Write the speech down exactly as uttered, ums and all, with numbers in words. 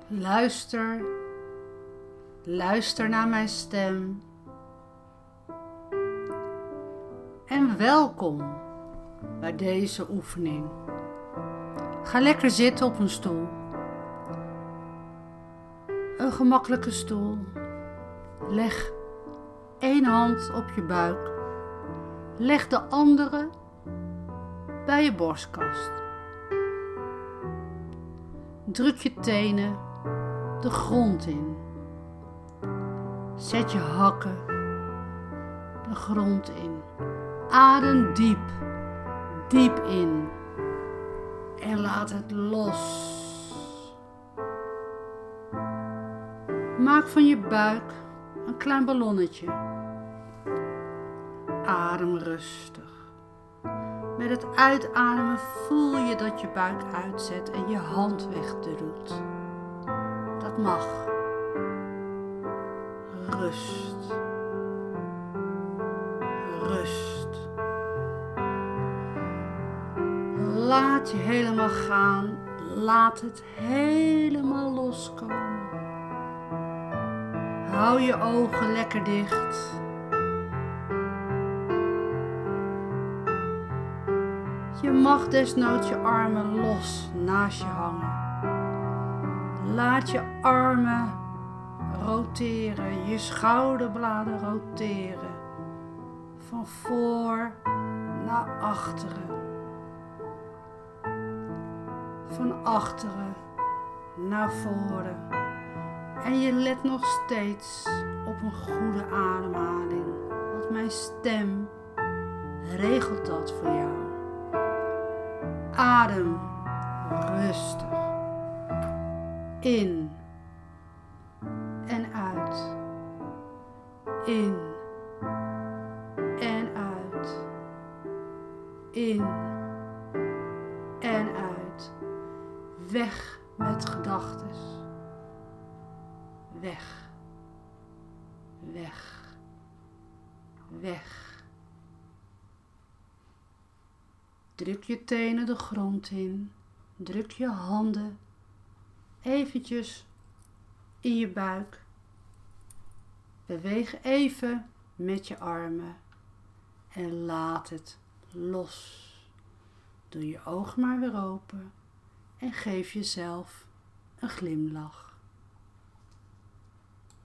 Luister, luister naar mijn stem. En welkom bij deze oefening. Ga lekker zitten op een stoel. Een gemakkelijke stoel. Leg één hand op je buik. Leg de andere bij je borstkast. Druk je tenen de grond in. Zet je hakken de grond in. Adem diep, diep in. En laat het los. Maak van je buik een klein ballonnetje. Adem rustig. Met het uitademen voel je dat je buik uitzet en je hand wegduwt. Dat mag. Rust. Rust. Laat je helemaal gaan. Laat het helemaal loskomen. Hou je ogen lekker dicht. Je mag desnoods je armen los naast je hangen. Laat je armen roteren, je schouderbladen roteren. Van voor naar achteren. Van achteren naar voren. En je let nog steeds op een goede ademhaling. Want mijn stem regelt dat voor jou. Adem rustig. In en uit. In en uit. In en uit. Weg met gedachtes. Weg. Weg. Weg. Druk je tenen de grond in. Druk je handen eventjes in je buik. Beweeg even met je armen. En laat het los. Doe je ogen maar weer open. En geef jezelf een glimlach.